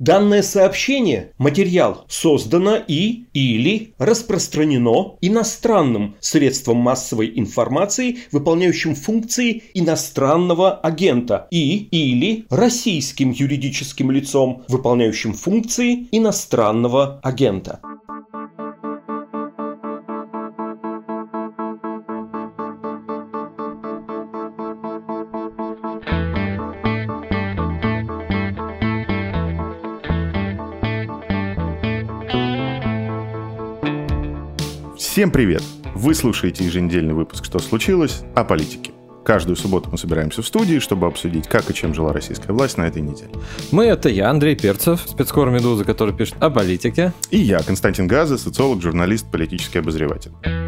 Данное сообщение, материал, создано или распространено иностранным средством массовой информации, выполняющим функции иностранного агента, или российским юридическим лицом, выполняющим функции иностранного агента. Всем привет! Вы слушаете еженедельный выпуск «Что случилось?» о политике. Каждую субботу мы собираемся в студии, чтобы обсудить, как и чем жила российская власть на этой неделе. Это я, Андрей Перцев, спецкор «Медузы», который пишет о политике. И я, Константин Газа, социолог, журналист, политический обозреватель.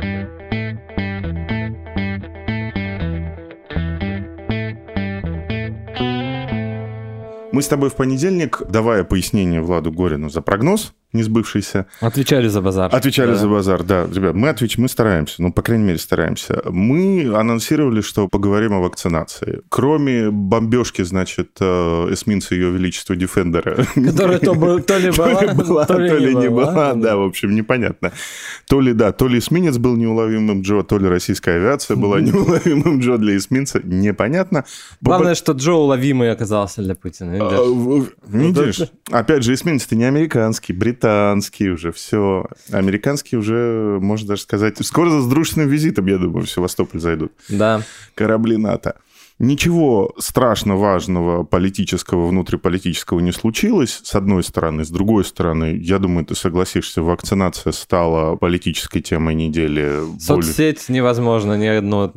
Мы с тобой в понедельник, давая пояснение Владу Горину за прогноз несбывшийся. Отвечали за базар. За базар, да. Ребят, мы стараемся, по крайней мере, стараемся. Мы анонсировали, что поговорим о вакцинации. Кроме бомбежки, эсминца Ее Величества Дефендера. Которая то ли была, то ли не была. Да, в общем, непонятно. То ли эсминец был неуловимым Джо, то ли российская авиация была неуловимым Джо для эсминца. Непонятно. Главное, что Джо уловимый оказался для Путина. Видишь? Опять же, эсминец-то не американский, британский уже все. Американские уже, можно даже сказать, скоро с дружественным визитом, я думаю, в Севастополь зайдут. Да. Корабли НАТО. Ничего страшно важного политического, внутриполитического не случилось, с одной стороны. С другой стороны, я думаю, ты согласишься, вакцинация стала политической темой недели. Соцсеть невозможно ни одно.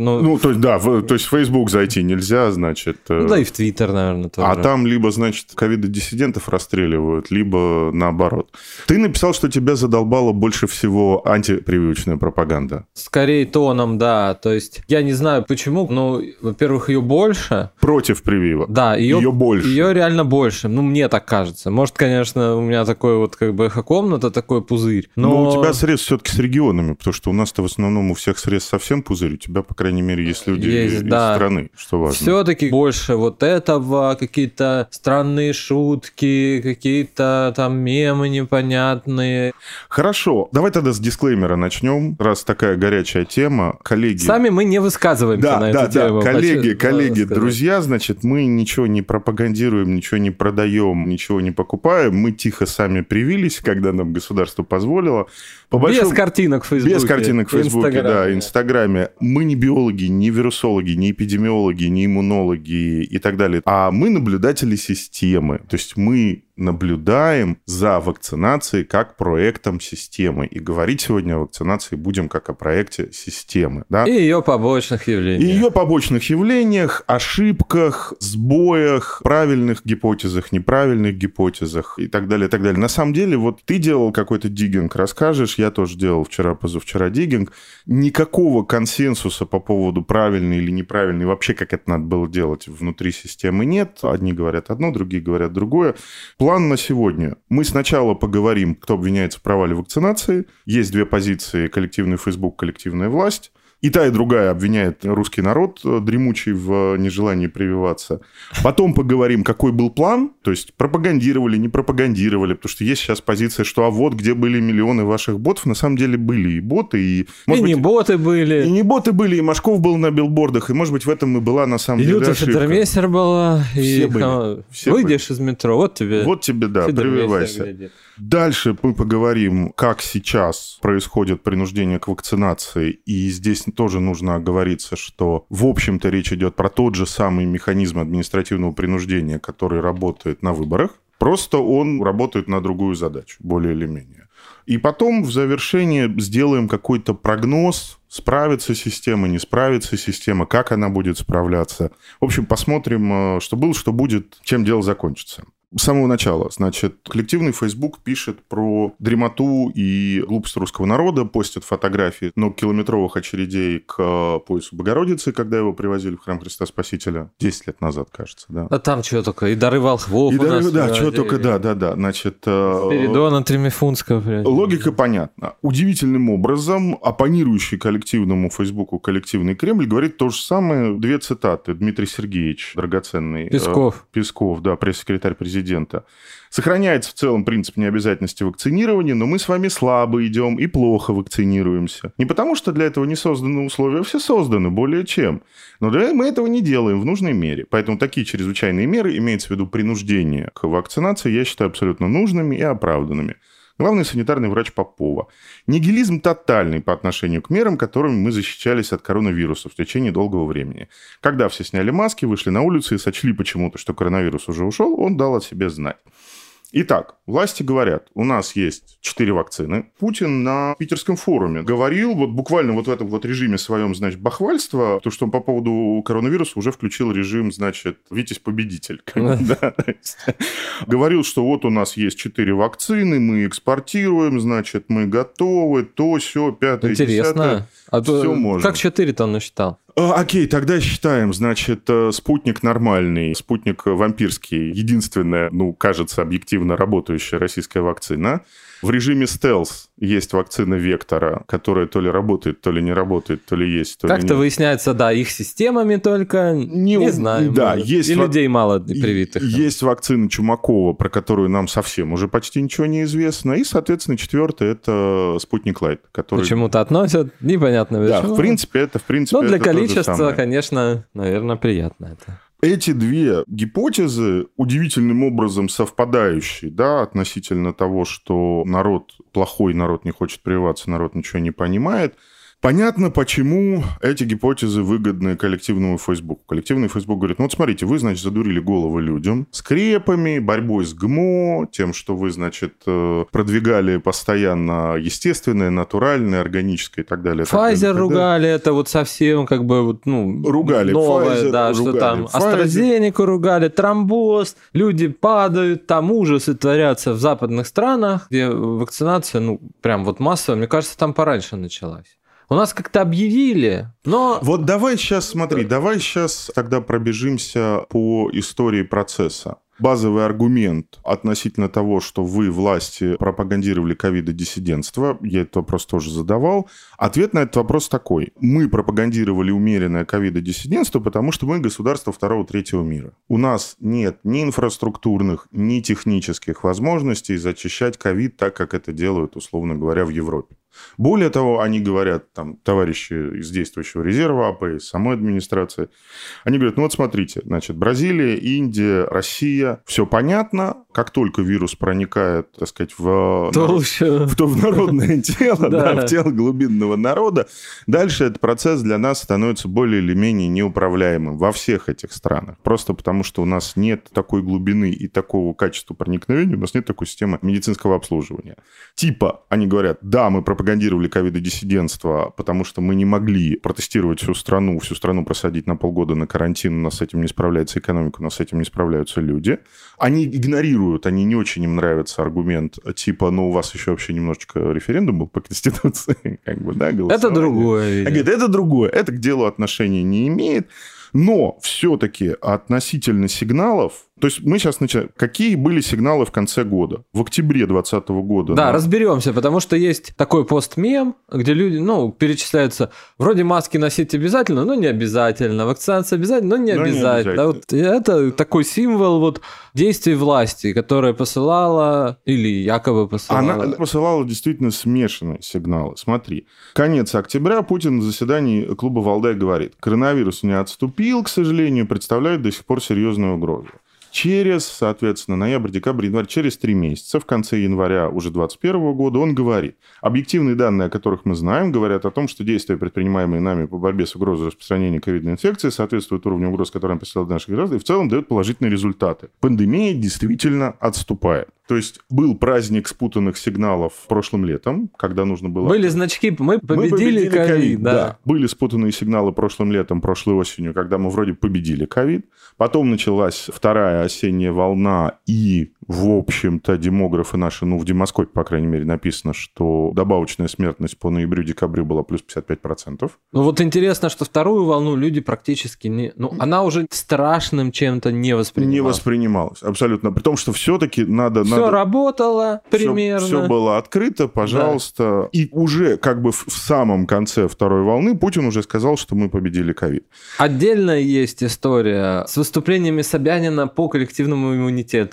То есть в Facebook зайти нельзя, значит. Да и в Твиттер, наверное, тоже. А там либо, ковидодиссидентов расстреливают, либо наоборот. Ты написал, что тебя задолбала больше всего антипрививочная пропаганда. Скорее тоном, да. То есть я не знаю почему, но, во-первых, ее больше. Против прививок. Да, ее больше. Ее реально больше. Мне так кажется. Может, конечно, у меня такой эхокомната, такой пузырь. Но у тебя срез все-таки с регионами, потому что у нас-то в основном у всех срез совсем пузырь. У тебя, по крайней мере, есть люди из страны, что важно. Все-таки больше этого, какие-то странные шутки, какие-то там мемы непонятные. Хорошо. Давай тогда с дисклеймера начнем, раз такая горячая тема. Коллеги... Сами мы не высказываемся на эту тему. Коллеги, друзья, мы ничего не пропагандируем, ничего не продаем, ничего не покупаем. Мы тихо сами привились, когда нам государство позволило. Без картинок в Фейсбуке. Без картинок в Фейсбуке, Инстаграме. Мы не биологи, не вирусологи, не эпидемиологи, не иммунологи и так далее. А мы наблюдатели системы. То есть мы наблюдаем за вакцинацией как проектом системы. И говорить сегодня о вакцинации будем как о проекте системы. Да? И ее побочных явлениях. Ошибках, сбоях, правильных гипотезах, неправильных гипотезах и так далее, и так далее. На самом деле, ты делал какой-то диггинг, расскажешь, я тоже делал вчера-позавчера диггинг. Никакого консенсуса по поводу правильный или неправильный, вообще как это надо было делать внутри системы нет. Одни говорят одно, другие говорят другое. План на сегодня. Мы сначала поговорим, кто обвиняется в провале вакцинации. Есть две позиции: коллективный Facebook, коллективная власть. И та, и другая обвиняет русский народ, дремучий в нежелании прививаться. Потом поговорим, какой был план, то есть пропагандировали, не пропагандировали, потому что есть сейчас позиция, что где были миллионы ваших ботов, на самом деле были и боты, и... не боты были. И не боты были, и Машков был на билбордах, и, может быть, в этом и была на самом деле ошибка. Федермейстер была. Все были. Выйдешь из метро, вот тебе, прививайся. Дальше мы поговорим, как сейчас происходит принуждение к вакцинации, и здесь тоже нужно оговориться, что, в общем-то, речь идет про тот же самый механизм административного принуждения, который работает на выборах, просто он работает на другую задачу, более или менее. И потом в завершение сделаем какой-то прогноз, справится система, не справится система, как она будет справляться. В общем, посмотрим, что было, что будет, чем дело закончится. С самого начала, коллективный Facebook пишет про дремоту и глупость русского народа, постит фотографии километровых очередей к поясу Богородицы, когда его привозили в храм Христа Спасителя 10 лет назад, кажется, да. А там чего только, и дары волхвов у нас. Да, чего только, да. Спиридона Тремифунского. Логика понятна. Удивительным образом оппонирующий коллективному Фейсбуку коллективный Кремль говорит то же самое. Две цитаты. Дмитрий Сергеевич, драгоценный. Песков, да, пресс-секретарь президента, президента. Сохраняется в целом принцип необязательности вакцинирования, но мы с вами слабо идем и плохо вакцинируемся. Не потому, что для этого не созданы условия, все созданы, более чем. Но мы этого не делаем в нужной мере. Поэтому такие чрезвычайные меры, имеется в виду принуждение к вакцинации, я считаю абсолютно нужными и оправданными. Главный санитарный врач Попова. Нигилизм тотальный по отношению к мерам, которыми мы защищались от коронавируса в течение долгого времени. Когда все сняли маски, вышли на улицу и сочли почему-то, что коронавирус уже ушел, он дал о себе знать. Итак, власти говорят, у нас есть 4 вакцины. Путин на питерском форуме говорил, вот буквально вот в этом вот режиме своем, значит, бахвальства, то, что он по поводу коронавируса уже включил режим, значит, Витязь-победитель. Говорил, что вот у нас есть 4 вакцины, мы экспортируем, значит, мы готовы, то, сё, 5-е, 10-е. Интересно. А все можно. Как 4-то он насчитал? Окей, тогда считаем, значит, спутник нормальный, спутник вампирский, единственная, кажется, объективно работающая российская вакцина. В режиме стелс есть вакцина Вектора, которая то ли работает, то ли не работает, то ли есть, то ли нет. Как-то выясняется, да, их системами только, не знаю. Да, есть людей мало привитых. Есть вакцина Чумакова, про которую нам совсем уже почти ничего не известно. И, соответственно, 4-е – это спутник Лайт, который... Почему-то относят, непонятно почему. Да, в принципе, это Но для количества, конечно, наверное, приятно это. Эти 2 гипотезы, удивительным образом совпадающие, да, относительно того, что народ плохой, народ не хочет прививаться, народ ничего не понимает. Понятно, почему эти гипотезы выгодны коллективному Фейсбуку. Коллективный Фейсбук говорит, вот смотрите, вы, значит, задурили головы людям скрепами, борьбой с ГМО, тем, что вы, значит, продвигали постоянно естественное, натуральное, органическое и так далее. Pfizer ругали, это вот совсем как бы, ругали новое, Pfizer, да, ругали что там, Pfizer. AstraZeneca ругали, тромбоз, люди падают, там ужасы творятся в западных странах, где вакцинация, прям вот массовая, мне кажется, там пораньше началась. У нас как-то объявили, но... Вот давай сейчас, смотри, давай сейчас тогда пробежимся по истории процесса. Базовый аргумент относительно того, что вы, власти, пропагандировали ковидодиссидентство, я этот вопрос тоже задавал. Ответ на этот вопрос такой. Мы пропагандировали умеренное ковидодиссидентство, потому что мы государство 2-3 мира. У нас нет ни инфраструктурных, ни технических возможностей зачищать ковид так, как это делают, условно говоря, в Европе. Более того, они говорят, там, товарищи из действующего резерва АП, из самой администрации, они говорят, вот смотрите, значит, Бразилия, Индия, Россия, все понятно, как только вирус проникает, так сказать, в народное тело, в тело глубинного народа, дальше этот процесс для нас становится более или менее неуправляемым во всех этих странах. Просто потому, что у нас нет такой глубины и такого качества проникновения, у нас нет такой системы медицинского обслуживания. Типа, они говорят, да, мы пропагандировали ковидодиссидентство, потому что мы не могли протестировать всю страну просадить на полгода на карантин, у нас с этим не справляется экономика, у нас с этим не справляются люди. Они игнорируют, они не очень им нравится аргумент, типа, у вас еще вообще немножечко референдум был по Конституции, голосование. Это другое. Они говорят, это другое, это к делу отношения не имеет. Но все-таки относительно сигналов, то есть мы сейчас начинаем. Какие были сигналы в конце года? В октябре 2020 года. Да, разберемся, потому что есть такой пост-мем, где люди, перечисляются, вроде маски носить обязательно, но не обязательно, вакцинация обязательно, но не обязательно. Да, вот это такой символ действий власти, которая посылала или якобы посылала. Она посылала действительно смешанные сигналы. Смотри, конец октября Путин на заседании клуба «Валдай» говорит, коронавирус не отступил, к сожалению, представляет до сих пор серьезную угрозу. Через, соответственно, ноябрь, декабрь, январь, через 3 месяца, в конце января уже 2021 года, он говорит, объективные данные, о которых мы знаем, говорят о том, что действия, предпринимаемые нами по борьбе с угрозой распространения ковидной инфекции, соответствуют уровню угроз, которым представляют наши граждане, и в целом дают положительные результаты. Пандемия действительно отступает. То есть был праздник спутанных сигналов прошлым летом, когда нужно было... Были значки, мы победили ковид. Да. Были спутанные сигналы прошлым летом, прошлой осенью, когда мы вроде победили ковид. Потом началась вторая осенняя волна, и, в общем-то, демографы наши, в Демоскопе, по крайней мере, написано, что добавочная смертность по ноябрю-декабрю была плюс 55%. Вот интересно, что вторую волну люди практически не... она уже страшным чем-то не воспринималась. Не воспринималась, абсолютно. При том, что все-таки надо... Все работало примерно. Все было открыто, пожалуйста. Да. И уже в самом конце второй волны Путин уже сказал, что мы победили ковид. Отдельно есть история с выступлениями Собянина по коллективному иммунитету.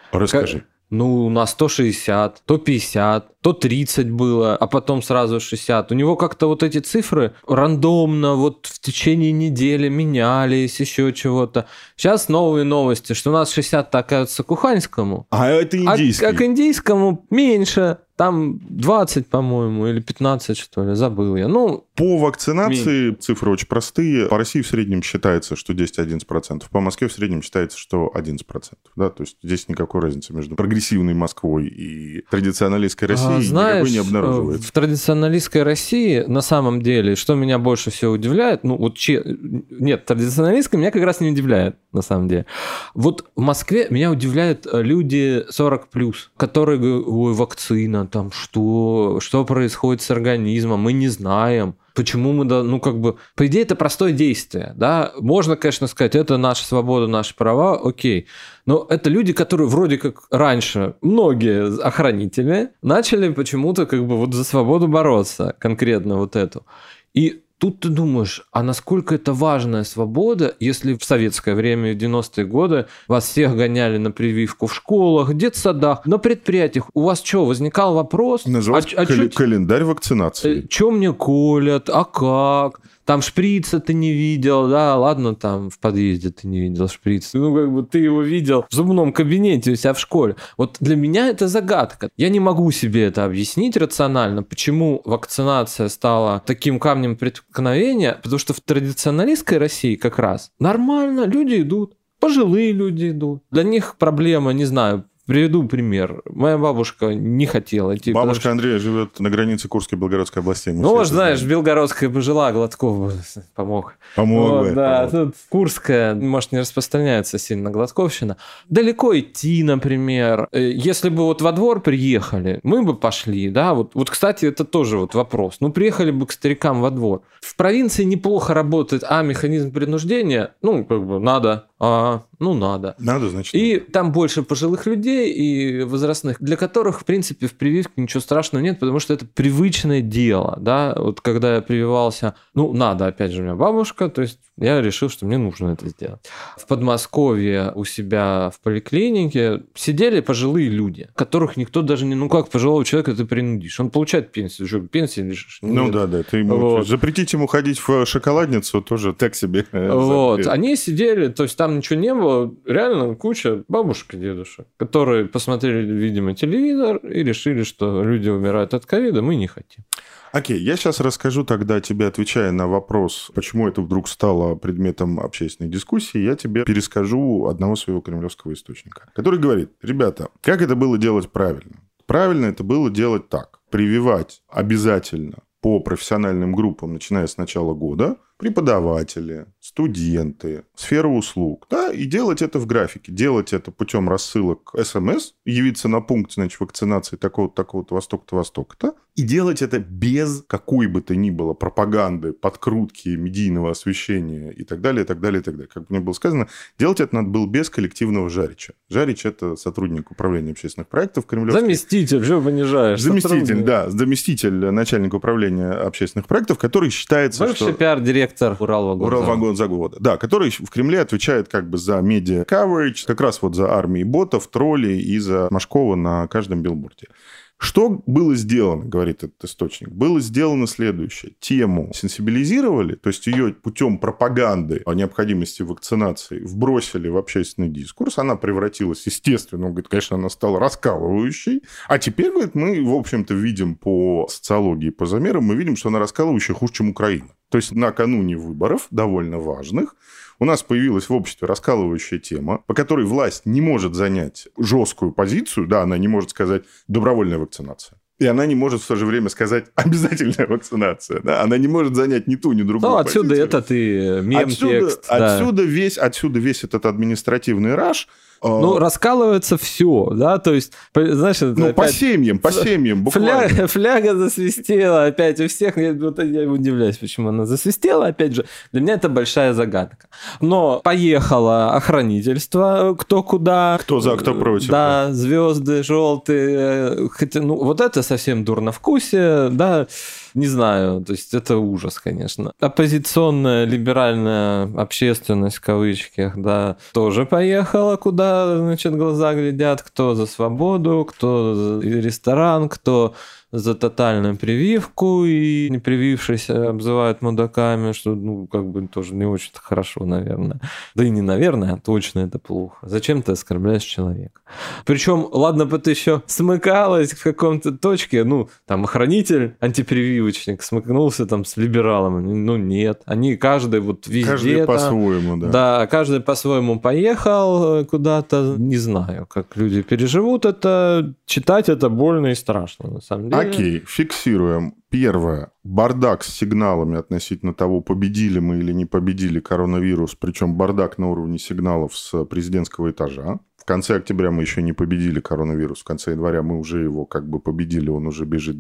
Расскажи. Ну, у нас то 60, то 50, то 30 было, а потом сразу 60. У него как-то вот эти цифры рандомно вот в течение недели менялись, еще чего-то. Сейчас новые новости, что у нас 60 оказывается к уханьскому. А это индийский. А к индийскому меньше. Там 20, по-моему, или 15, что ли, забыл я. Ну, по вакцинации цифры очень простые. По России в среднем считается, что 10-11%. По Москве в среднем считается, что 11%. Да? То есть здесь никакой разницы между прогрессивной Москвой и традиционалистской Россией никакой не обнаруживается. В традиционалистской России, на самом деле, что меня больше всего удивляет, ну вот нет, традиционалистская меня как раз не удивляет, на самом деле. Вот в Москве меня удивляют люди 40+, которые говорят, ой, вакцина, там что происходит с организмом, мы не знаем. Почему мы, ну, как бы, по идее, это простое действие, да, можно, конечно, сказать, это наша свобода, наши права, окей, но это люди, которые вроде как раньше, многие охранители, начали почему-то как бы вот за свободу бороться, конкретно вот эту, и тут ты думаешь, а насколько это важная свобода, если в советское время, в 90-е годы, вас всех гоняли на прививку в школах, в детсадах, на предприятиях. У вас что, возникал вопрос? Называется календарь вакцинации. Что мне колят, а как? Там шприца ты не видел, да, ладно, там в подъезде ты не видел шприц. Ну, как бы ты его видел в зубном кабинете у себя в школе. Вот для меня это загадка. Я не могу себе это объяснить рационально, почему вакцинация стала таким камнем преткновения, потому что в традиционалистской России как раз нормально, люди идут, пожилые люди идут. Для них проблема, не знаю, приведу пример. Моя бабушка не хотела идти. Бабушка Андрея живет на границе Курской и Белгородской областей. Ну, знаешь, Белгородская бы жила, Гладков помог. Помог. Да, тут Курская, может, не распространяется сильно Гладковщина. Далеко идти, например. Если бы вот во двор приехали, мы бы пошли, да. Вот, кстати, это тоже вот вопрос. Ну, приехали бы к старикам во двор. В провинции неплохо работает, механизм принуждения, ну, как бы надо, надо. Надо, значит. И там больше пожилых людей и возрастных, для которых, в принципе, в прививке ничего страшного нет, потому что это привычное дело, да. Вот когда я прививался, надо, опять же, у меня бабушка, то есть я решил, что мне нужно это сделать. В Подмосковье у себя в поликлинике сидели пожилые люди, которых никто даже не... как пожилого человека ты принудишь? Он получает пенсию. Что, пенсию лишишь? Да. Ты ему запретить ему ходить в шоколадницу тоже так себе. Вот. Они сидели, то есть там ничего не было. Реально куча бабушек и дедушек, которые посмотрели, видимо, телевизор и решили, что люди умирают от ковида, мы не хотим. Окей, я сейчас расскажу тогда тебе, отвечая на вопрос, почему это вдруг стало предметом общественной дискуссии, я тебе перескажу одного своего кремлевского источника, который говорит, ребята, как это было делать правильно? Правильно это было делать так. Прививать обязательно по профессиональным группам, начиная с начала года, преподаватели, студенты, сфера услуг, да, и делать это в графике, делать это путем рассылок СМС, явиться на пункт, вакцинации такого-то, востока-то, и делать это без какой бы то ни было пропаганды, подкрутки, медийного освещения и так далее, и так далее, и так далее. Как мне было сказано, делать это надо было без коллективного жарича. Жарич – это сотрудник управления общественных проектов кремлевских. Заместитель, что понижаешь? Заместитель начальника управления общественных проектов, который считается, бывший пиар-директор Уралвагонзавода. Да, который в Кремле отвечает как бы за медиа-каверидж, как раз вот за армией ботов, троллей и за Машкова на каждом билборде. Что было сделано, говорит этот источник? Было сделано следующее. Тему сенсибилизировали, то есть ее путем пропаганды о необходимости вакцинации вбросили в общественный дискурс. Она превратилась, естественно, он говорит, конечно, она стала раскалывающей. А теперь, говорит, мы, в общем-то, видим по социологии, по замерам, мы видим, что она раскалывающая хуже, чем Украина. То есть накануне выборов, довольно важных, у нас появилась в обществе раскалывающая тема, по которой власть не может занять жесткую позицию, да, она не может сказать «добровольная вакцинация». И она не может в то же время сказать «обязательная вакцинация». Да? Она не может занять ни ту, ни другую позицию. Отсюда этот и мем-текст. Отсюда весь этот административный раш. Раскалывается все, да, то есть, знаешь... по семьям, буквально. Фляга засвистела опять у всех, я удивляюсь, почему она засвистела, опять же, для меня это большая загадка. Но поехало охранительство, кто куда... Кто за, кто против. Да, звезды желтые, хотя, вот это совсем дурновкусие, да, не знаю, то есть это ужас, конечно. Оппозиционная, либеральная общественность, в кавычках, да, тоже поехала куда куда, значит, глаза глядят, кто за свободу, кто за ресторан, кто за тотальную прививку, и не привившиеся обзывают мудаками, что, ну, как бы тоже не очень хорошо, наверное. Да и не наверное, а точно это плохо. Зачем ты оскорбляешь человека? Причем, ладно бы ты еще смыкалась в каком-то точке, ну, там, охранитель, антипрививочник, смыкнулся там с либералами. Ну, нет. Они каждый вот везде... Каждый по-своему, да. Да, каждый по-своему поехал куда-то. Не знаю, как люди переживут это. Читать это больно и страшно, на самом деле. Окей, фиксируем. Первое. Бардак с сигналами относительно того, победили мы или не победили коронавирус, причем бардак на уровне сигналов с президентского этажа. В конце октября мы еще не победили коронавирус, в конце января мы уже его как бы победили, он уже бежит.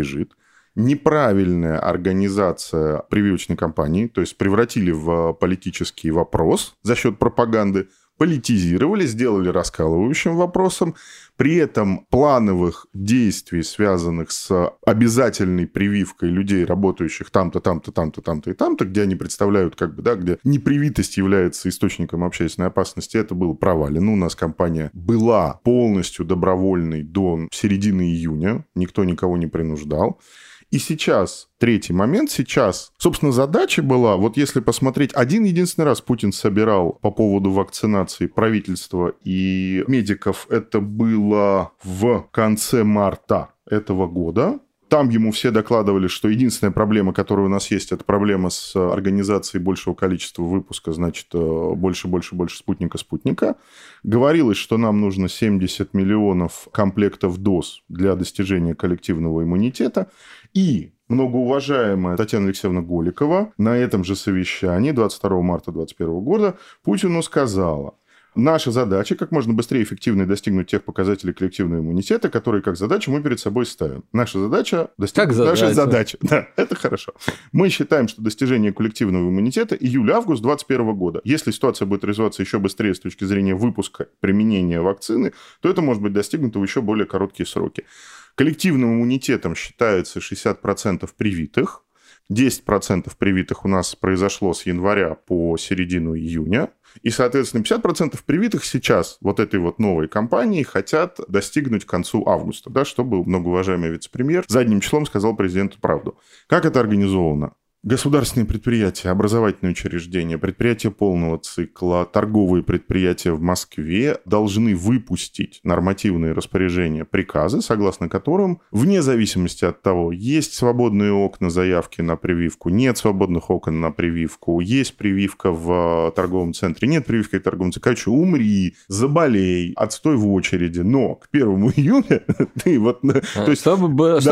Неправильная организация прививочной кампании, то есть превратили в политический вопрос за счет пропаганды, политизировали, сделали раскалывающим вопросом. При этом плановых действий, связанных с обязательной прививкой людей, работающих там-то, там-то, там-то, там-то и там-то, где они представляют, как бы, да, где непривитость является источником общественной опасности, это было провалено. У нас кампания была полностью добровольной до середины июня. Никто никого не принуждал. И сейчас, третий момент, собственно, задача была, вот если посмотреть, один-единственный раз Путин собирал по поводу вакцинации правительства и медиков, это было в конце марта этого года. Там ему все докладывали, что единственная проблема, которая у нас есть, это проблема с организацией большего количества выпуска, значит, больше спутника. Говорилось, что нам нужно 70 миллионов комплектов доз для достижения коллективного иммунитета. И многоуважаемая Татьяна Алексеевна Голикова на этом же совещании 22 марта 2021 года Путину сказала: наша задача как можно быстрее и эффективнее достигнуть тех показателей коллективного иммунитета, которые как задачу мы перед собой ставим. Наша задача достигнуть нашей задачи. Да, это хорошо. Мы считаем, что достижение коллективного иммунитета июль-август 2021 года. Если ситуация будет развиваться еще быстрее с точки зрения выпуска, применения вакцины, то это может быть достигнуто в еще более короткие сроки. Коллективным иммунитетом считается 60% привитых. 10% привитых у нас произошло с января по середину июня. И, соответственно, 50% привитых сейчас вот этой вот новой кампании хотят достигнуть к концу августа, да, чтобы многоуважаемый вице-премьер задним числом сказал президенту правду. Как это организовано? Государственные предприятия, образовательные учреждения, предприятия полного цикла, торговые предприятия в Москве должны выпустить нормативные распоряжения, приказы, согласно которым, вне зависимости от того, есть свободные окна заявки на прививку, нет свободных окон на прививку, есть прививка в торговом центре, нет прививки в торговом центре, короче, умри, заболей, отстой в очереди, но к 1 июня ты вот... Чтобы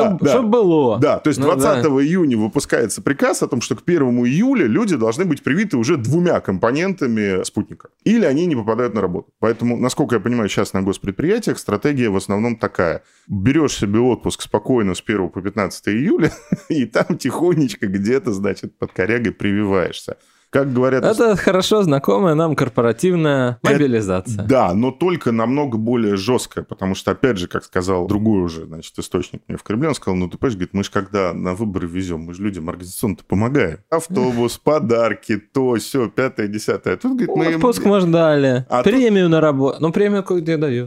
было. Да, то есть 20 июня выпускается приказ о том, что к 1 июля люди должны быть привиты уже 2 компонентами спутника. Или они не попадают на работу. Поэтому, насколько я понимаю, сейчас на госпредприятиях стратегия в основном такая. Берешь себе отпуск спокойно с 1 по 15 июля, и там тихонечко где-то, значит, под корягой прививаешься. Как говорят... Это хорошо знакомая нам корпоративная мобилизация. Да, но только намного более жесткая, потому что, опять же, как сказал другой уже, значит, источник мне в Кремле, он сказал, ну, ты понимаешь, говорит, мы же когда на выборы везем, мы же людям организационно-то помогаем. Автобус, подарки, то, сё, 5-10. Тут, говорит, мы... Отпуск, может, дали. Премию на работу. Ну, премию кое-где дают.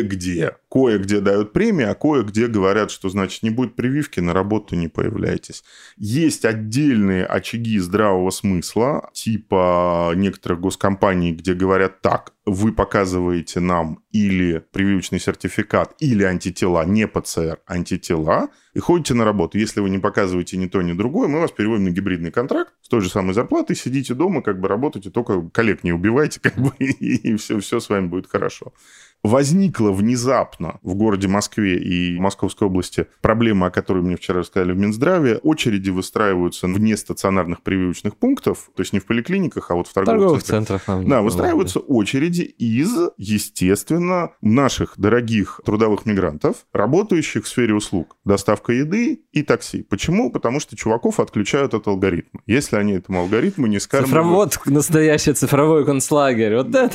Кое-где дают премию, а кое-где говорят, что, значит, не будет прививки, на работу не появляйтесь. Есть отдельные очаги здравого смысла, типа некоторых госкомпаний, где говорят так: вы показываете нам или прививочный сертификат, или антитела, не ПЦР, антитела, и ходите на работу. Если вы не показываете ни то, ни другое, мы вас переводим на гибридный контракт с той же самой зарплатой, сидите дома, как бы работаете, только коллег не убивайте, как бы, и все с вами будет хорошо. Возникла внезапно в городе Москве и Московской области проблема, о которой мне вчера рассказали в Минздраве. Очереди выстраиваются вне стационарных прививочных пунктов, то есть не в поликлиниках, а вот в торговых центрах. Да, выстраиваются очереди из, естественно, наших дорогих трудовых мигрантов, работающих в сфере услуг, доставка еды и такси. Почему? Потому что чуваков отключают от алгоритма. Если они этому алгоритму не скармливают... Вот настоящий цифровой концлагерь. Вот это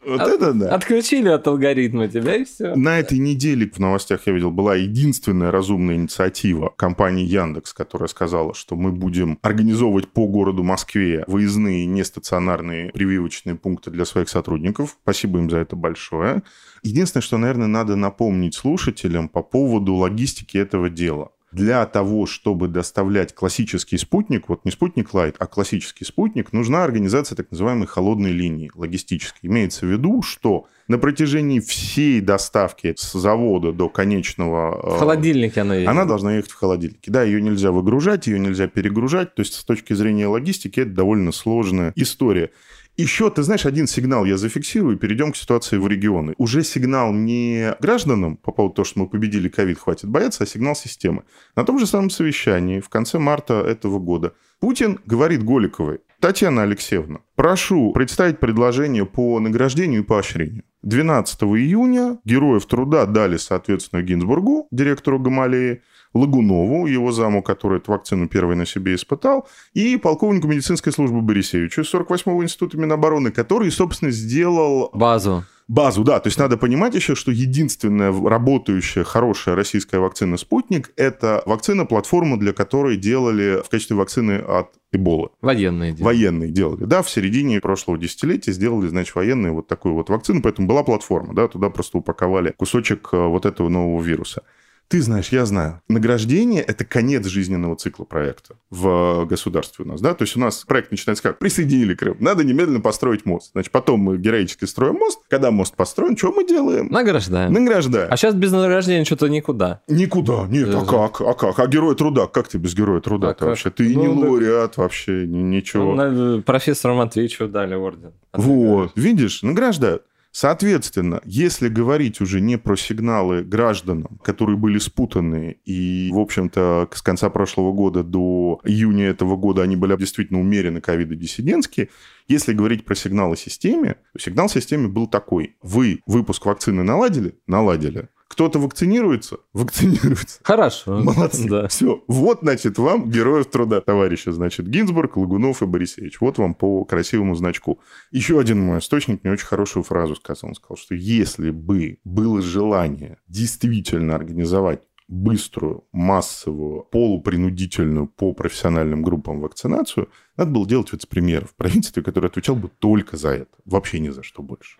Вот это да. Отключили от алгоритма тебя, и все. На этой неделе в новостях я видел, была единственная разумная инициатива компании Яндекс, которая сказала, что мы будем организовывать по городу Москве выездные нестационарные прививочные пункты для своих сотрудников. Спасибо им за это большое. Единственное, что, наверное, надо напомнить слушателям по поводу логистики этого дела. Для того, чтобы доставлять классический спутник, вот не спутник Лайт, а классический спутник, нужна организация так называемой холодной линии логистической. Имеется в виду, что на протяжении всей доставки с завода до конечного... В холодильнике она едет. Она должна ехать в холодильнике. Да, ее нельзя выгружать, ее нельзя перегружать. То есть, с точки зрения логистики, это довольно сложная история. Еще, ты знаешь, один сигнал я зафиксирую, и перейдем к ситуации в регионы. Уже сигнал не гражданам по поводу того, что мы победили ковид, хватит бояться, а сигнал системы. На том же самом совещании в конце марта этого года Путин говорит Голиковой: Татьяна Алексеевна, прошу представить предложение по награждению и поощрению. 12 июня Героев труда дали, соответственно, Гинзбургу, директору Гамалеи, Лагунову, его заму, который эту вакцину первый на себе испытал, и полковнику медицинской службы Борисевичу из 48-го института Минобороны, который, собственно, сделал... Базу, да. То есть надо понимать еще, что единственная работающая, хорошая российская вакцина «Спутник» – это вакцина-платформа, для которой делали в качестве вакцины от Эболы. Военные делали. Да, в середине прошлого десятилетия сделали, значит, военные вот такую вот вакцину, поэтому была платформа, да, туда просто упаковали кусочек вот этого нового вируса. Ты знаешь, я знаю. Награждение – это конец жизненного цикла проекта в государстве у нас. Да? То есть у нас проект начинается как? Присоединили Крым. Надо немедленно построить мост. Значит, потом мы героически строим мост. Когда мост построен, что мы делаем? Награждаем. А сейчас без награждения что-то никуда. Никуда. Нет, а как? А герой труда? Как ты без героя труда-то вообще? Ты не лауреат вообще, ничего. Профессору Матвеевичу дали орден. Вот. Видишь, награждают. Соответственно, если говорить уже не про сигналы гражданам, которые были спутаны, и, в общем-то, с конца прошлого года до июня этого года они были действительно умеренно ковидодиссидентские, если говорить про сигналы системе, то сигнал системе был такой. Вы выпуск вакцины наладили? Наладили. Кто-то вакцинируется? Вакцинируется. Хорошо. Молодцы. Да. Все. Вот, значит, вам героев труда, товарищи. Значит, Гинзбург, Лагунов и Борисевич. Вот вам по красивому значку. Еще один мой источник мне очень хорошую фразу сказал. Он сказал, что если бы было желание действительно организовать быструю, массовую, полупринудительную по профессиональным группам вакцинацию, надо было делать вице-премьера в правительстве, который отвечал бы только за это. Вообще ни за что больше.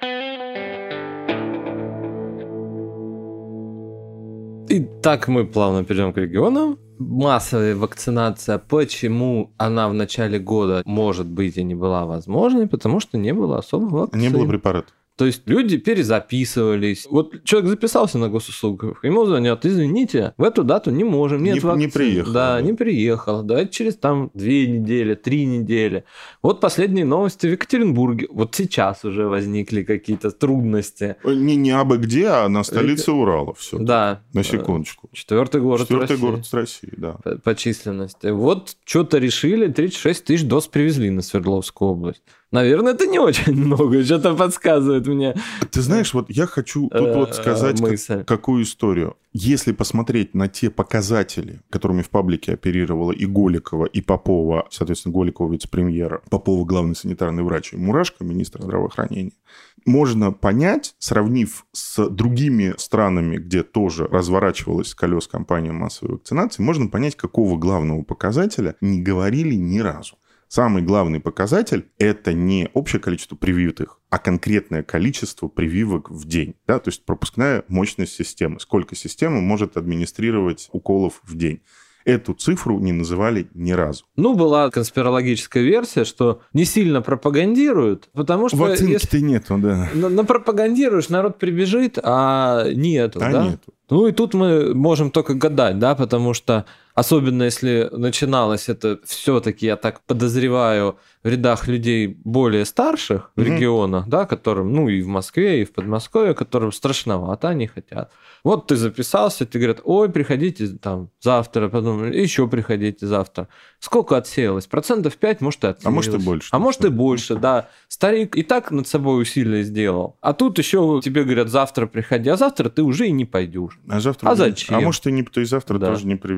Итак, мы плавно перейдем к регионам. Массовая вакцинация, почему она в начале года, может быть, и не была возможной? Потому что не было особо вакцин. Не было препарата. То есть люди перезаписывались. Вот человек записался на госуслугах, ему звонят: извините, в эту дату не можем, нет вакцины. Не приехал. Да, не приехал. Давайте через 2 недели, 3 недели. Вот последние новости в Екатеринбурге. Вот сейчас уже возникли какие-то трудности. Не абы где, а на столице Урала. Все. Да. На секундочку. 4-й город России. 4-й город России, да. По численности. Вот что-то решили, 36 тысяч доз привезли на Свердловскую область. Наверное, это не очень много, что-то подсказывает мне. Ты знаешь, вот я хочу тут вот сказать какую историю. Если посмотреть на те показатели, которыми в паблике оперировала и Голикова, и Попова, соответственно, Голикова вице-премьера, Попова главный санитарный врач, и Мурашко, министр здравоохранения, можно понять, сравнив с другими странами, где тоже разворачивалась с колес кампания массовой вакцинации, можно понять, какого главного показателя не говорили ни разу. Самый главный показатель – это не общее количество привитых, а конкретное количество прививок в день. Да? То есть пропускная мощность системы. Сколько система может администрировать уколов в день. Эту цифру не называли ни разу. Ну, была конспирологическая версия, что не сильно пропагандируют, потому что... Вакцинки-то нету, да. Напропагандируешь, народ прибежит, а нету, да? Нету. Ну, и тут мы можем только гадать, да, потому что, особенно если начиналось это все-таки, я так подозреваю, в рядах людей более старших в регионах, да, которым, ну, и в Москве, и в Подмосковье, которым страшновато, они хотят. Вот ты записался, ты говорят: ой, приходите там завтра, потом еще приходите завтра. Сколько отсеялось? 5%, может, и отсеялось. А может, и больше. А может, и больше, да. Старик и так над собой усилия сделал. А тут еще тебе говорят: завтра приходи, а завтра ты уже и не пойдешь. А завтра зачем? А может, и завтра тоже не привезут.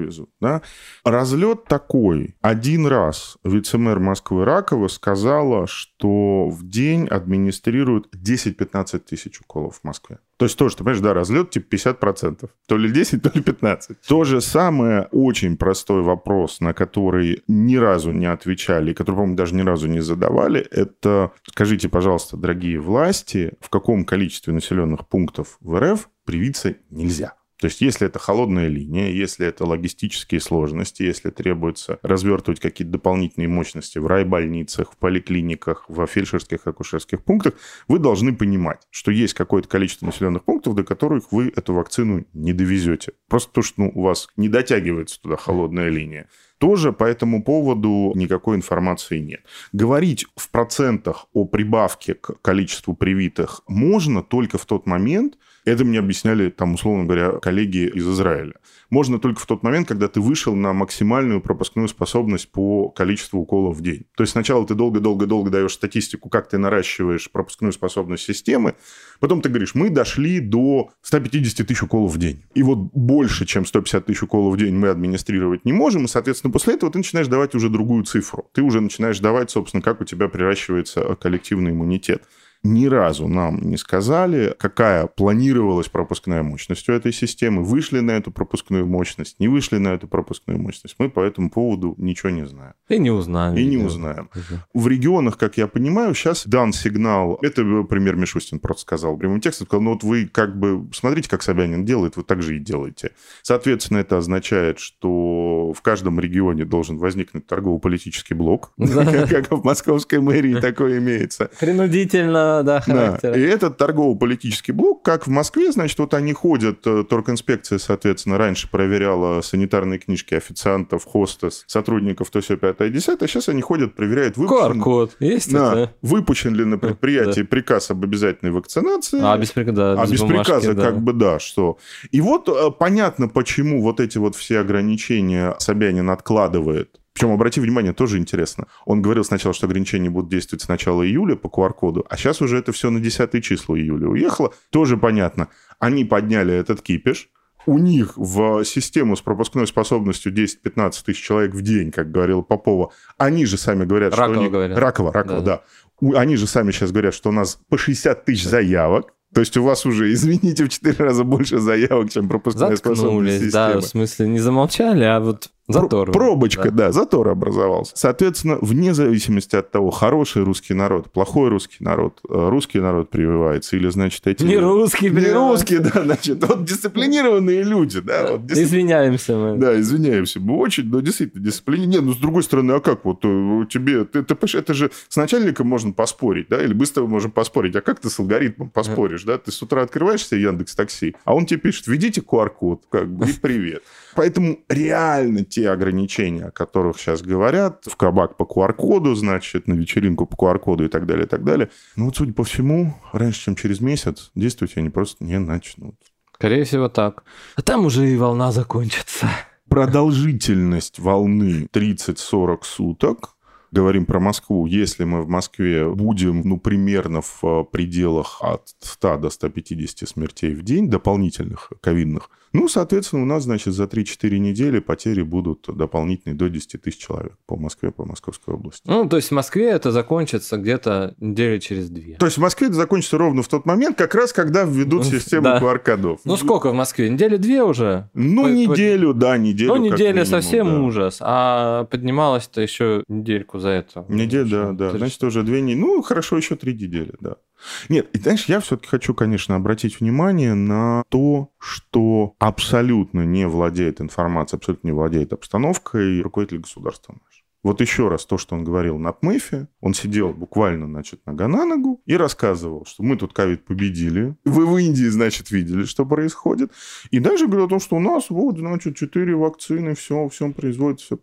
Да? Разлет такой. Один раз вице-мэр Москвы Ракова сказала, что в день администрируют 10-15 тысяч уколов в Москве. То есть тоже, ты понимаешь, да, разлет типа 50%. То ли 10, то ли 15. То же самое, очень простой вопрос, на который ни разу не отвечали, и который, по-моему, даже ни разу не задавали, это, скажите, пожалуйста, дорогие власти, в каком количестве населенных пунктов в РФ привиться нельзя? То есть, если это холодная линия, если это логистические сложности, если требуется развертывать какие-то дополнительные мощности в райбольницах, в поликлиниках, в фельдшерских, акушерских пунктах, вы должны понимать, что есть какое-то количество населенных пунктов, до которых вы эту вакцину не довезете. Просто потому, что у вас не дотягивается туда холодная линия. Тоже по этому поводу никакой информации нет. Говорить в процентах о прибавке к количеству привитых можно только в тот момент, это мне объясняли, там, условно говоря, коллеги из Израиля, можно только в тот момент, когда ты вышел на максимальную пропускную способность по количеству уколов в день. То есть сначала ты долго-долго-долго даешь статистику, как ты наращиваешь пропускную способность системы, потом ты говоришь, мы дошли до 150 тысяч уколов в день. И вот больше, чем 150 тысяч уколов в день мы администрировать не можем, и, соответственно, после этого ты начинаешь давать уже другую цифру. Ты уже начинаешь давать, собственно, как у тебя приращивается коллективный иммунитет. Ни разу нам не сказали, какая планировалась пропускная мощность у этой системы, вышли на эту пропускную мощность, не вышли на эту пропускную мощность. Мы по этому поводу ничего не знаем. И не узнаем. И не узнаем. В регионах, как я понимаю, сейчас дан сигнал, это премьер Мишустин просто сказал прямым текстом, сказал, ну вот вы как бы смотрите, как Собянин делает, вы так же и делаете. Соответственно, это означает, что в каждом регионе должен возникнуть торгово-политический блок, как в московской мэрии такое имеется. Принудительно. Да. И этот торгово-политический блок, как в Москве, значит, вот они ходят, торгинспекция, соответственно, раньше проверяла санитарные книжки официантов, хостес, сотрудников, то все 5, 10, а сейчас они ходят, проверяют, QR-код есть это? Выпущен ли на предприятии приказ об обязательной вакцинации. Без приказа, без приказа, как бы, да, что. И вот понятно, почему вот эти вот все ограничения Собянин откладывает. Причем, обрати внимание, тоже интересно. Он говорил сначала, что ограничения будут действовать с начала июля по QR-коду, а сейчас уже это все на 10 число июля уехало. Тоже понятно. Они подняли этот кипиш. У них в систему с пропускной способностью 10-15 тысяч человек в день, как говорил Попова, они же сами говорят, что у них... Ракова, да. Они же сами сейчас говорят, что у нас по 60 тысяч заявок. То есть у вас уже, извините, в 4 раза больше заявок, чем пропускная способность системы. Да, в смысле не замолчали, а вот затор. Пробочка, да, затор образовался. Соответственно, вне зависимости от того, хороший русский народ, плохой русский народ прививается, или, значит, эти... Не русский, да, значит, вот дисциплинированные люди, да. Вот, извиняемся мы. Да, извиняемся. Мы очень, но действительно дисциплинированные. Нет, с другой стороны, а как вот тебе... Ты понимаешь, это же с начальником можно поспорить, да, или быстро можем поспорить. А как ты с алгоритмом поспоришь, да? Ты с утра открываешь себе Яндекс.Такси, а он тебе пишет, введите QR-код, как бы, и привет. Поэтому реально те ограничения, о которых сейчас говорят, в кабак по QR-коду, значит, на вечеринку по QR-коду и так далее, ну вот, судя по всему, раньше, чем через месяц, действовать они просто не начнут. Скорее всего, так. А там уже и волна закончится. Продолжительность волны 30-40 суток. Говорим про Москву. Если мы в Москве будем, примерно в пределах от 100 до 150 смертей в день, дополнительных ковидных, соответственно, у нас, значит, за 3-4 недели потери будут дополнительные до 10 тысяч человек по Москве, по Московской области. То есть в Москве это закончится где-то недели через 2. То есть в Москве это закончится ровно в тот момент, как раз когда введут систему QR-кодов. Сколько в Москве? Недели 2 уже? Неделю. Неделя совсем ужас. А поднималось-то еще недельку за это. Неделя, да. Значит, уже 2 недели. Хорошо, еще 3 недели, да. Нет, и знаешь, я все-таки хочу, конечно, обратить внимание на то, что абсолютно не владеет информацией, абсолютно не владеет обстановкой руководитель государства наш. Вот еще раз то, что он говорил на ПМЭФе, он сидел буквально, значит, нога на ногу и рассказывал, что мы тут ковид победили, вы в Индии, значит, видели, что происходит, и дальше говорил о том, что у нас вот, значит, 4 вакцины, все производится.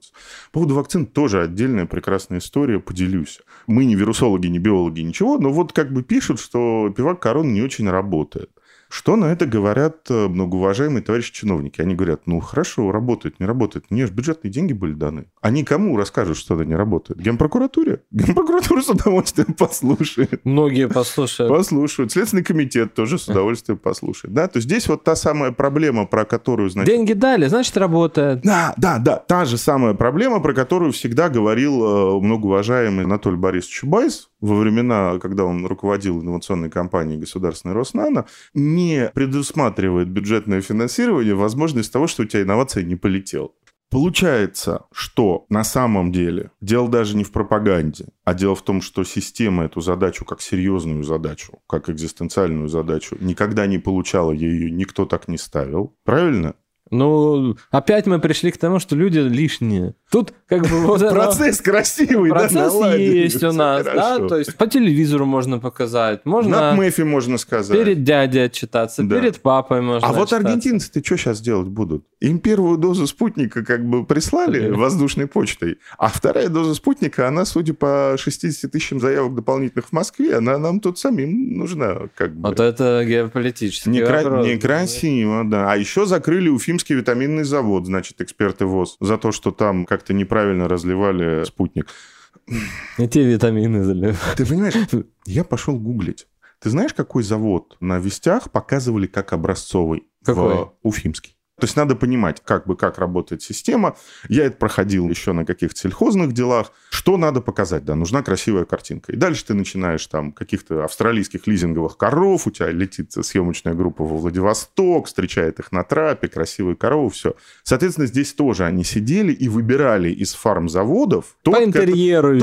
По поводу вакцин тоже отдельная прекрасная история, поделюсь. Мы не вирусологи, не биологи, ничего, но вот как бы пишут, что пивак корона не очень работает. Что на это говорят многоуважаемые товарищи чиновники? Они говорят, ну хорошо, работает, не работает. Мне же бюджетные деньги были даны. Они кому расскажут, что это не работает? Генпрокуратуре? Генпрокуратура с удовольствием послушает. Многие послушают. Послушают. Следственный комитет тоже с удовольствием послушает. Да? То есть здесь вот та самая проблема, про которую... Значит... Деньги дали, значит, работает. Да. Та же самая проблема, про которую всегда говорил многоуважаемый Анатолий Борисович Чубайс во времена, когда он руководил инновационной компанией государственной Роснано, не предусматривает бюджетное финансирование возможность того, что у тебя инновация не полетела. Получается, что на самом деле дело даже не в пропаганде, а дело в том, что система эту задачу как серьезную задачу, как экзистенциальную задачу никогда не получала, ее никто так не ставил. Правильно? Ну, опять мы пришли к тому, что люди лишние. Тут как бы... Вот процесс красивый, да? Процесс есть у нас, да? То есть по телевизору можно показать. Можно... На МЭФе можно сказать. Перед дядей отчитаться, перед папой можно отчитаться. Вот аргентинцы-то что сейчас делать будут? Им первую дозу спутника как бы прислали воздушной почтой, а вторая доза спутника, она, судя по 60 тысячам заявок дополнительных в Москве, она нам тут самим нужна. Как бы. Вот это геополитический вопрос. Некрасиво, да. А еще закрыли Уфимский витаминный завод, значит, эксперты ВОЗ, за то, что там как-то неправильно разливали спутник. Не те витамины заливали. Ты понимаешь, я пошел гуглить. Ты знаешь, какой завод на Вестях показывали как образцовый? Какой? В Уфимский. То есть надо понимать, как работает система. Я это проходил еще на каких-то сельхозных делах. Что надо показать? Да, нужна красивая картинка. И дальше ты начинаешь там каких-то австралийских лизинговых коров, у тебя летит съемочная группа во Владивосток, встречает их на трапе, красивые коровы, все. Соответственно, здесь тоже они сидели и выбирали из фармзаводов по интерьеру,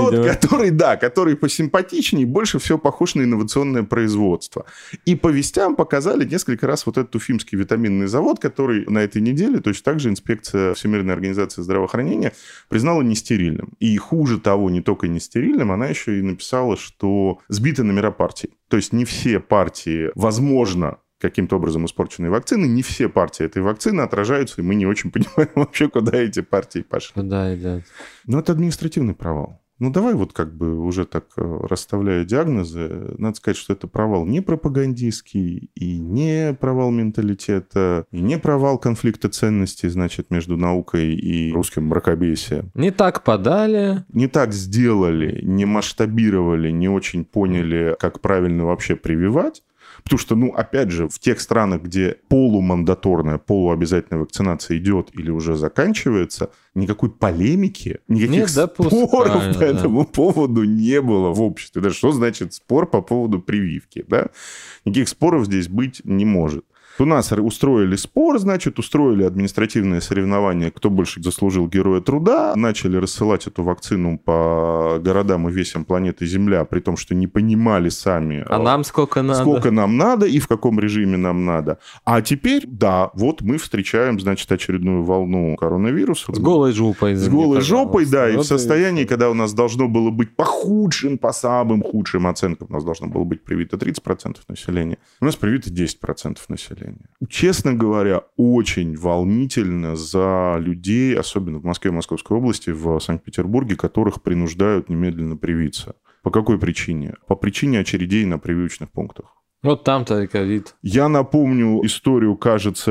который посимпатичнее, больше всего похож на инновационное производство. И по вестям показали несколько раз вот этот уфимский витаминный завод, который на этой неделе точно так же инспекция Всемирной организации здравоохранения признала нестерильным. И хуже того, не только нестерильным, она еще и написала, что сбиты номера партий. То есть не все партии, возможно, каким-то образом испорченные вакцины, не все партии этой вакцины отражаются, и мы не очень понимаем вообще, куда эти партии пошли. Куда идет? Но это административный провал. Ну, давай вот как бы уже так расставляя диагнозы, надо сказать, что это провал не пропагандистский, и не провал менталитета, и не провал конфликта ценностей, значит, между наукой и русским мракобесием. Не так подали. Не так сделали, не масштабировали, не очень поняли, как правильно вообще прививать. Потому что, ну, опять же, в тех странах, где полумандаторная, полуобязательная вакцинация идет или уже заканчивается, никакой полемики, никаких споров по этому поводу не было в обществе. Да, что значит спор по поводу прививки? Да? Никаких споров здесь быть не может. У нас устроили спор, значит, устроили административное соревнование, кто больше заслужил Героя Труда, начали рассылать эту вакцину по городам и весям планеты Земля, при том, что не понимали сами, нам сколько нам надо и в каком режиме нам надо. А теперь, да, вот мы встречаем, значит, очередную волну коронавируса. С голой жопой. С голой жопой, да, и в состоянии, когда у нас должно было быть по самым худшим оценкам, у нас должно было быть привито 30% населения, у нас привито 10% населения. Честно говоря, очень волнительно за людей, особенно в Москве и Московской области, в Санкт-Петербурге, которых принуждают немедленно привиться. По какой причине? По причине очередей на прививочных пунктах. Вот там-то и ковид. Я напомню историю, кажется,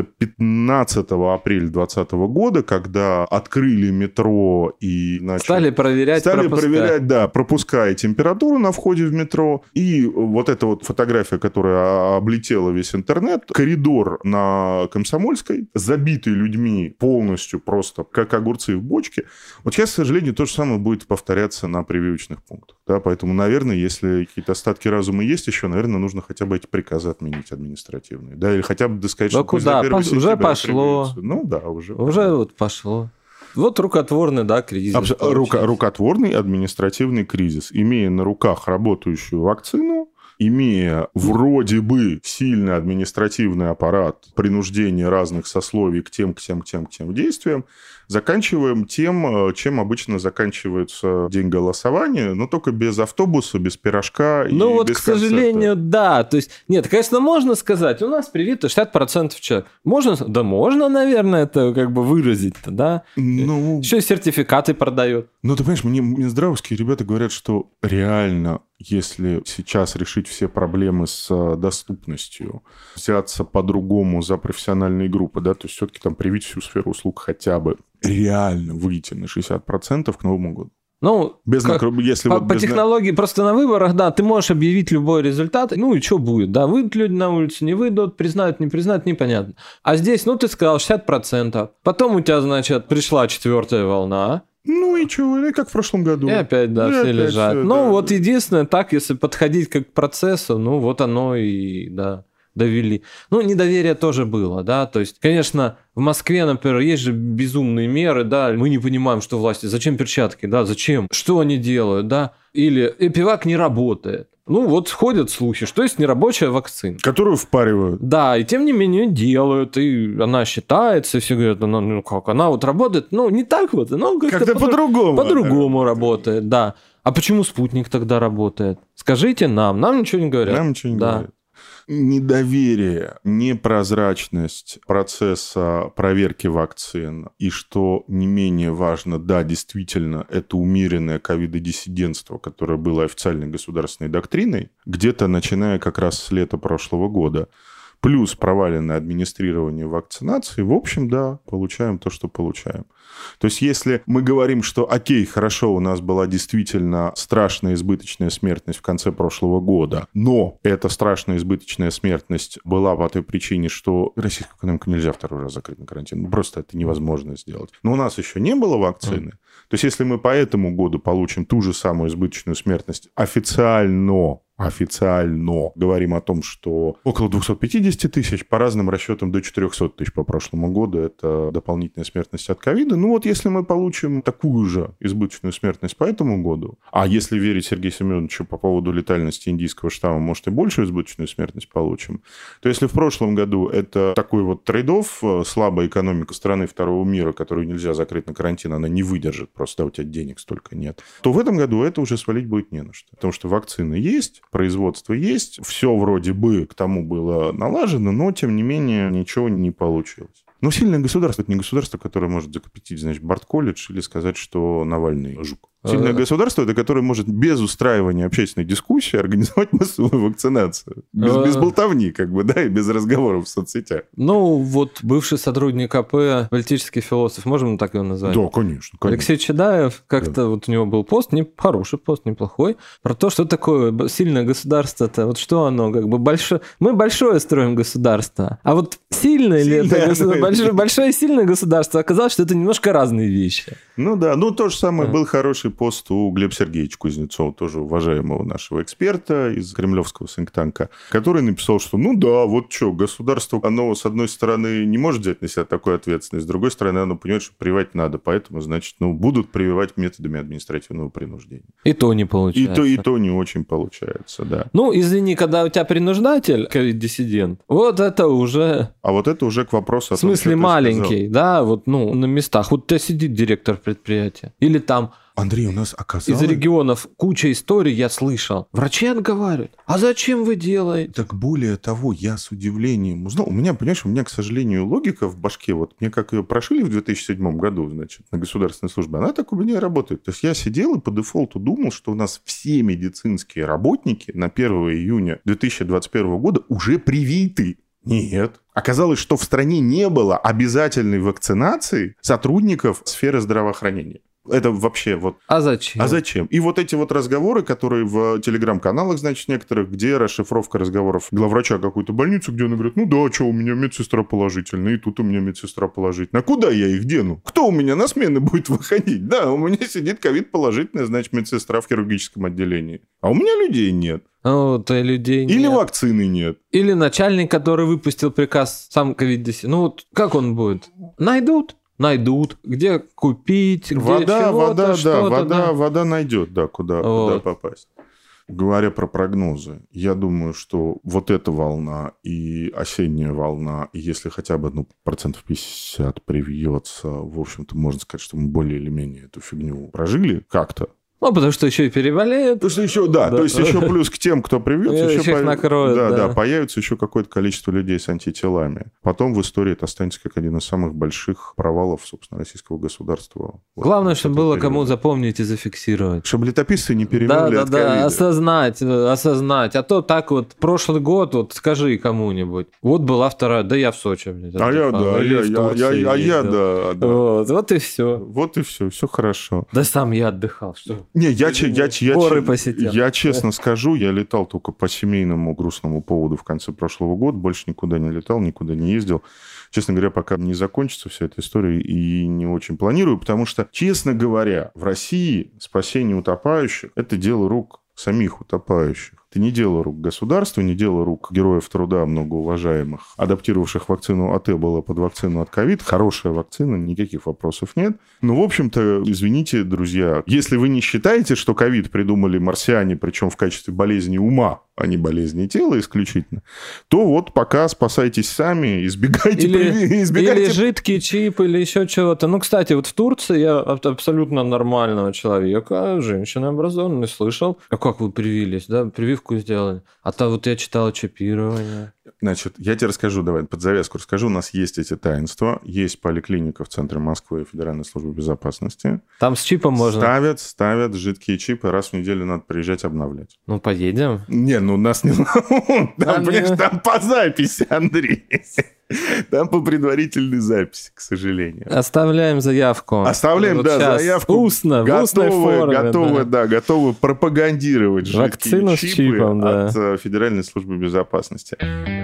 15 апреля 2020 года, когда открыли метро и стали проверять, да, пропуска и температуру на входе в метро. И вот эта вот фотография, которая облетела весь интернет, коридор на Комсомольской, забитый людьми полностью просто, как огурцы в бочке. Вот сейчас, к сожалению, то же самое будет повторяться на прививочных пунктах. Да, поэтому, наверное, если какие-то остатки разума есть еще, наверное, нужно хотя бы эти приказы отменить административные. Да, или хотя бы сказать, что куда? Уже пошло. Ну да, уже вот пошло. Вот рукотворный, да, кризис. Рукотворный административный кризис. Имея на руках работающую вакцину, имея вроде бы сильный административный аппарат принуждения разных сословий к тем действиям, заканчиваем тем, чем обычно заканчивается день голосования, но только без автобуса, без пирожка и без концерта. К сожалению, да. То есть, нет, конечно, можно сказать, у нас привито 60% человек. Можно? Да можно, наверное, это как бы выразить-то, да? Еще и сертификаты продают. Ну, ты понимаешь, мне здравовские ребята говорят, что реально если сейчас решить все проблемы с доступностью, взяться по-другому за профессиональные группы, да, то есть все-таки там привить всю сферу услуг хотя бы, реально выйти на 60% к Новому году. Ну, если по технологии, просто на выборах, да, ты можешь объявить любой результат, ну и что будет, да, выйдут люди на улицу, не выйдут, признают, не признают, непонятно. А здесь, ну, ты сказал 60%, потом у тебя, значит, пришла 4-я волна. Ну и чего, как в прошлом году. И опять, да, все лежат. Все, ну, да. Вот единственное, так, если подходить как к процессу, ну, вот оно и, да, довели. Ну, недоверие тоже было, да, то есть, конечно, в Москве, например, есть же безумные меры, да, мы не понимаем, что власти, зачем перчатки, да, зачем, что они делают, да, или эпивак не работает. Ну, вот ходят слухи, что есть нерабочая вакцина. Которую впаривают. Да, и тем не менее делают, и она считается, и все говорят, ну как, она вот работает, ну, не так вот, но как-то по-другому. По-другому работает, да. А почему спутник тогда работает? Скажите нам ничего не говорят. Нам ничего не говорят. Недоверие, непрозрачность процесса проверки вакцин и, что не менее важно, да, действительно, это умеренное ковидодиссидентство, которое было официальной государственной доктриной, где-то начиная как раз с лета прошлого года, плюс проваленное администрирование вакцинации, в общем, да, получаем то, что получаем. То есть, если мы говорим, что окей, хорошо, у нас была действительно страшная избыточная смертность в конце прошлого года, но эта страшная избыточная смертность была по той причине, что российскую экономику нельзя второй раз закрыть на карантин. Просто это невозможно сделать. Но у нас еще не было вакцины. То есть, если мы по этому году получим ту же самую избыточную смертность официально говорим о том, что около 250 тысяч, по разным расчетам до 400 тысяч по прошлому году, это дополнительная смертность от ковида. Ну вот если мы получим такую же избыточную смертность по этому году, а если верить Сергею Семеновичу по поводу летальности индийского штамма, может и большую избыточную смертность получим, то если в прошлом году это такой вот трейд-офф, слабая экономика страны второго мира, которую нельзя закрыть на карантин, она не выдержит, просто у тебя денег столько нет, то в этом году это уже свалить будет не на что. Потому что вакцины есть, производство есть, все вроде бы к тому было налажено, но, тем не менее, ничего не получилось. Но сильное государство – это не государство, которое может закрепить, значит, Барт-колледж или сказать, что Навальный жук. Сильное государство – это которое может без устраивания общественной дискуссии организовать массовую вакцинацию. Без болтовни, как бы, да, и без разговоров в соцсетях. Ну, вот бывший сотрудник АП, политический философ, можем так его назвать? Да, конечно. Алексей Чадаев, как-то вот у него был пост, хороший пост, неплохой, про то, что такое сильное государство-то, вот что оно, как бы, большое. Мы большое строим государство, а вот сильное ли это государство? Большое и сильное государство, оказалось, что это немножко разные вещи. Ну да, ну то же самое, был хороший пост у Глеба Сергеевича Кузнецова, тоже уважаемого нашего эксперта из кремлевского синктанка, который написал, что ну да, вот что, государство, оно с одной стороны не может взять на себя такую ответственность, с другой стороны оно понимает, что прививать надо, поэтому, значит, будут прививать методами административного принуждения. И то не получается. И то не очень получается, да. Ну, извини, когда у тебя принуждатель, ковид-диссидент, вот это уже... А вот это уже к вопросу о том, в смысле маленький, да, вот, на местах. Вот у тебя сидит директор предприятия. Или там... Андрей, у нас оказалось... Из регионов куча историй я слышал. Врачи отговаривают. А зачем вы делаете? Так более того, я с удивлением узнал. У меня, к сожалению, логика в башке, вот мне как ее прошили в 2007 году, значит, на государственной службе, она так у меня и работает. То есть я сидел и по дефолту думал, что у нас все медицинские работники на 1 июня 2021 года уже привиты. Нет. Оказалось, что в стране не было обязательной вакцинации сотрудников сферы здравоохранения. Это вообще вот... А зачем? И вот эти вот разговоры, которые в телеграм-каналах, значит, некоторых, где расшифровка разговоров главврача какой-то больницы, где он говорит, ну да, что, у меня медсестра положительная, и тут у меня медсестра положительная. А куда я их дену? Кто у меня на смены будет выходить? Да, у меня сидит ковид положительная, значит, медсестра в хирургическом отделении. А у меня людей нет. Вот, и людей нет. Или вакцины нет. Или начальник, который выпустил приказ, сам ковид-диссидент. Ну вот как он будет? Найдут, где купить, где вода найдет, да, куда попасть. Говоря про прогнозы, я думаю, что вот эта волна и осенняя волна, и если хотя бы 50% привьется, в общем-то, можно сказать, что мы более или менее эту фигню прожили как-то. потому что еще и переболеют. Потому что еще, то есть еще плюс к тем, кто привьется, еще накроют, появится еще какое-то количество людей с антителами. Потом в истории это останется как один из самых больших провалов, собственно, российского государства. Главное, чтобы было кому запомнить и зафиксировать. Чтобы летописцы не перемерли от ковида. Осознать. А то так вот, прошлый год, вот скажи кому-нибудь, вот была вторая, да я в Сочи, блядь. Вот и все. Вот и все хорошо. Да сам я отдыхал, что? Не, горы посетил. Я честно скажу, я летал только по семейному грустному поводу в конце прошлого года, больше никуда не летал, никуда не ездил. Честно говоря, пока не закончится вся эта история, и не очень планирую, потому что, честно говоря, в России спасение утопающих – это дело рук самих утопающих. Это не дело рук государства, не дело рук героев труда, многоуважаемых, адаптировавших вакцину от Эбола под вакцину от ковид. Хорошая вакцина, никаких вопросов нет. Но, в общем-то, извините, друзья, если вы не считаете, что ковид придумали марсиане, причем в качестве болезни ума, а не болезни тела исключительно, то вот пока спасайтесь сами, избегайте... Или жидкий чип, или еще чего-то. Ну, кстати, вот в Турции я абсолютно нормального человека, женщина образованная, слышал, а как вы привились, да, прививку сделали. А то вот я читал чипирование. Значит, я тебе расскажу, давай под завязку расскажу. У нас есть эти таинства. Есть поликлиника в центре Москвы, Федеральной службы безопасности. Там с чипом можно? Ставят жидкие чипы. Раз в неделю надо приезжать обновлять. Ну, поедем. Не, ну нас не... Там по записи, Андрей. Там по предварительной записи, к сожалению. Оставляем заявку. Оставляем, вот да, заявку. Устно, в устной форме. Готовы пропагандировать вакцину жидкие чипы чипом, да. от Федеральной службы безопасности.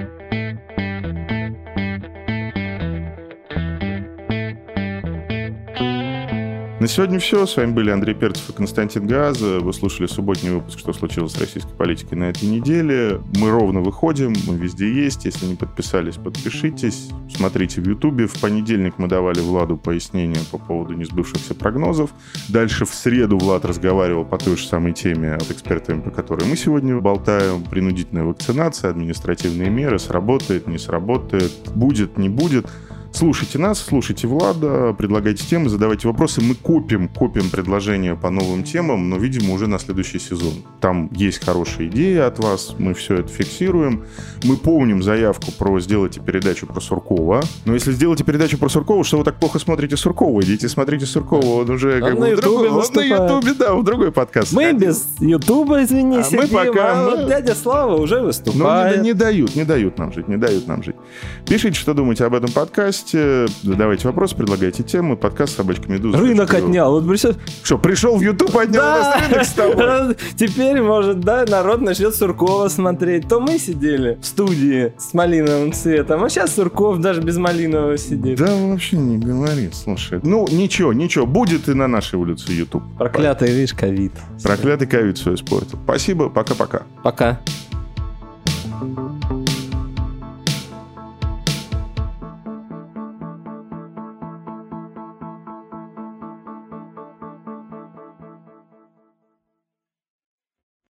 На сегодня все. С вами были Андрей Перцев и Константин Газа. Вы слушали субботний выпуск «Что случилось с российской политикой на этой неделе». Мы ровно выходим, мы везде есть. Если не подписались, подпишитесь. Смотрите в Ютубе. В понедельник мы давали Владу пояснения по поводу несбывшихся прогнозов. Дальше в среду Влад разговаривал по той же самой теме с экспертами, по которой мы сегодня болтаем. Принудительная вакцинация, административные меры. Сработает, не сработает, будет, не будет. Слушайте нас, слушайте Влада, предлагайте темы, задавайте вопросы. Мы копим предложения по новым темам, но, видимо, уже на следующий сезон. Там есть хорошие идеи от вас, мы все это фиксируем. Мы помним заявку про «Сделайте передачу про Суркова». Но если сделаете передачу про Суркова, что вы так плохо смотрите Суркова? Идите смотрите Суркова, он уже как бы на Ютубе, да, в другой подкаст. Мы без Ютуба, извини, сидим, вот дядя Слава уже выступает. Ну, не дают нам жить. Пишите, что думаете об этом подкасте. Задавайте вопросы, предлагайте темы. Подкаст «Собачка-медуза». Рынок отнял. Вот что, пришел в YouTube, отнял у нас рынок с тобой? Теперь, может, да, народ начнет Суркова смотреть. То мы сидели в студии с малиновым цветом, а сейчас Сурков даже без малинового сидит. Да, вообще не говори, слушай. Ну, ничего, будет и на нашей улице YouTube. Проклятый, видишь, ковид. Проклятый ковид все испортил. Спасибо, пока-пока. Пока.